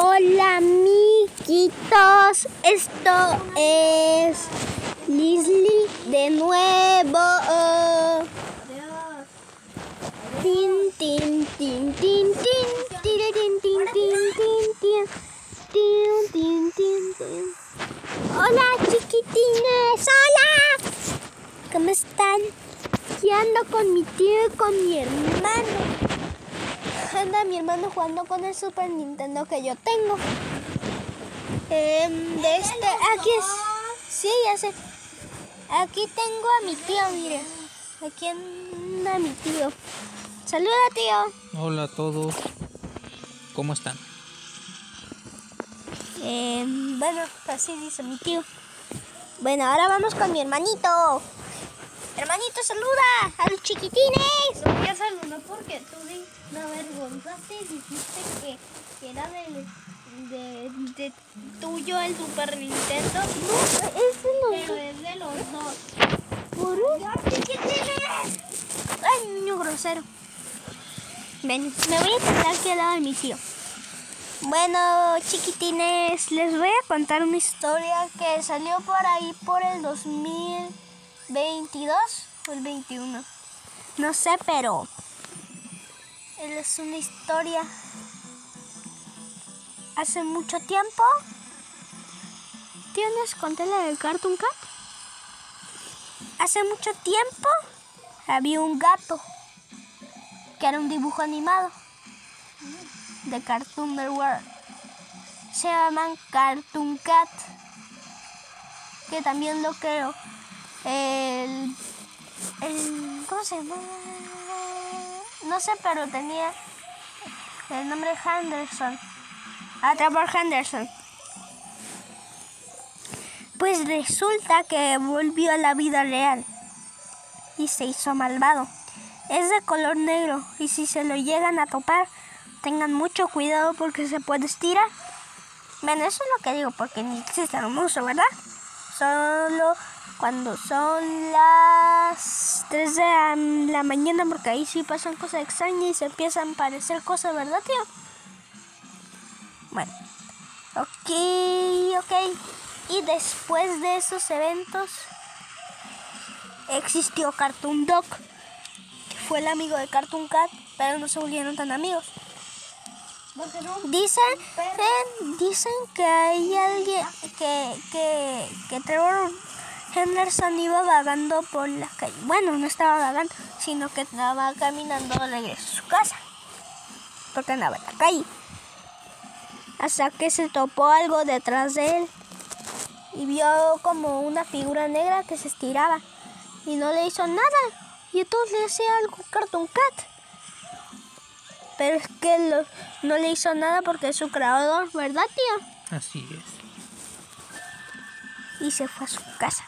Hola amiguitos, esto es Leslie de nuevo. Tin tin tin tin tin tin tin tin tin tin tin tin tin. Hola chiquitines, hola. ¿Cómo están? Aquí ando con mi tío y con mi hermano. Anda mi hermano jugando con el Super Nintendo que yo tengo. Aquí es. Sí, ya sé. Aquí tengo a mi tío, mire. Aquí anda mi tío. Saluda, tío. Hola a todos. ¿Cómo están? Bueno, así dice mi tío. Bueno, ahora vamos con mi hermanito. Hermanito, saluda a los chiquitines. No voy a saludar porque tú me avergonzaste y dijiste que era de tuyo el Super Nintendo. No, es de los Pero es de los dos. ¿Por ¡Ya, chiquitines! Ay, niño grosero. Ven, me voy a quedar aquí al lado de mi tío. Bueno, chiquitines, les voy a contar una historia que salió por ahí por el 2022 o el 21. No sé, pero es una historia. Hace mucho tiempo, ¿tío, nos conté la del Cartoon Cat? Hace mucho tiempo había un gato que era un dibujo animado de Cartoon Network. Se llaman Cartoon Cat, que también lo creo. ¿Cómo se llama? No sé, pero tenía el nombre Henderson. Trevor Henderson. Pues resulta que volvió a la vida real y se hizo malvado. Es de color negro y si se lo llegan a topar, tengan mucho cuidado porque se puede estirar. Bueno, eso es lo que digo porque ni existe el monstruo, ¿verdad? Solo cuando son las 3 de la mañana, porque ahí sí pasan cosas extrañas y se empiezan a parecer cosas, ¿verdad, tío? Bueno, ok. Y después de esos eventos existió Cartoon Dog, que fue el amigo de Cartoon Cat, pero no se volvieron tan amigos. Dicen que hay alguien que Trevor Henderson iba vagando por la calle. Bueno, no estaba vagando, sino que estaba caminando de regreso a su casa, porque andaba en la calle. Hasta que se topó algo detrás de él y vio como una figura negra que se estiraba y no le hizo nada. Y entonces le hacía algo Cartoon Cat. Pero es que no le hizo nada porque es su creador, ¿verdad, tío? Así es. Y se fue a su casa.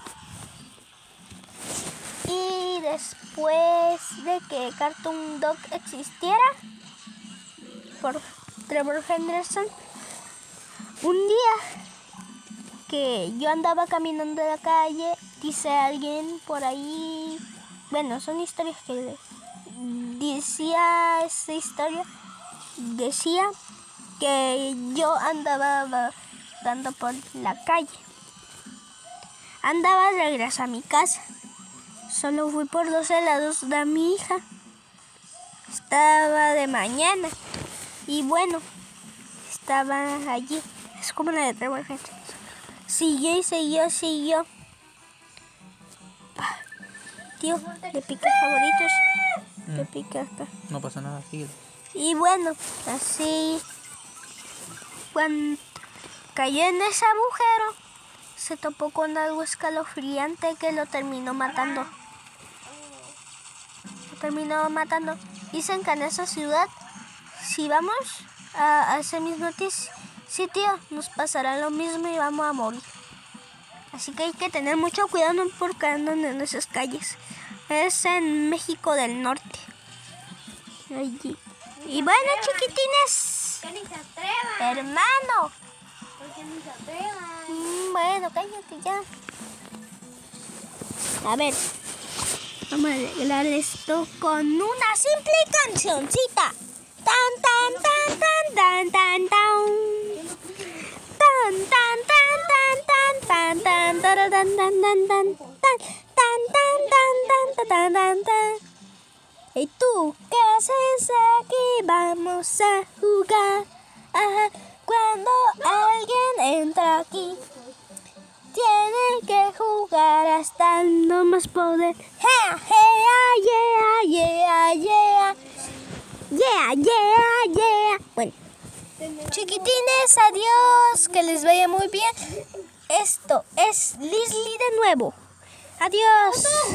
Y después de que Cartoon Dog existiera, por Trevor Henderson, un día que yo andaba caminando en la calle, dice alguien por ahí, bueno, son historias que decía esta historia, decía que yo andaba dando por la calle. Andaba de regreso a mi casa. Solo fui por 2 helados de mi hija. Estaba de mañana. Y bueno, estaba allí. Es como la de Trevor Henderson. Siguió y siguió. Tío, le piqué favoritos. Le piqué acá. No pasa nada, sigue. Y bueno, así, cuando cayó en ese agujero, se topó con algo escalofriante que lo terminó matando. Dicen que en esa ciudad, si vamos a ese mismo sitio, nos pasará lo mismo y vamos a morir. Así que hay que tener mucho cuidado porque andan en esas calles. Es en México del Norte. Allí. Y bueno, chiquitines. Que ni se atrevan. Hermano. Porque ni se atrevan. Bueno, cállate ya. A ver, vamos a arreglar esto con una simple cancioncita. Tan, tan, tan, tan, tan, tan, tan. tan, tan, tan, tan, tan, tan, tan, tan, tan, tan, tan. ¿Y tú qué haces aquí? Vamos a jugar. Ajá. Cuando alguien entra aquí, tiene que jugar hasta no más poder. ¡Ja! ¡Yeah! ¡Yeah! ¡Yeah! ¡Yeah! ¡Yeah! ¡Yeah! Bueno, chiquitines, adiós. Que les vaya muy bien. Esto es Leslie de nuevo. Adiós.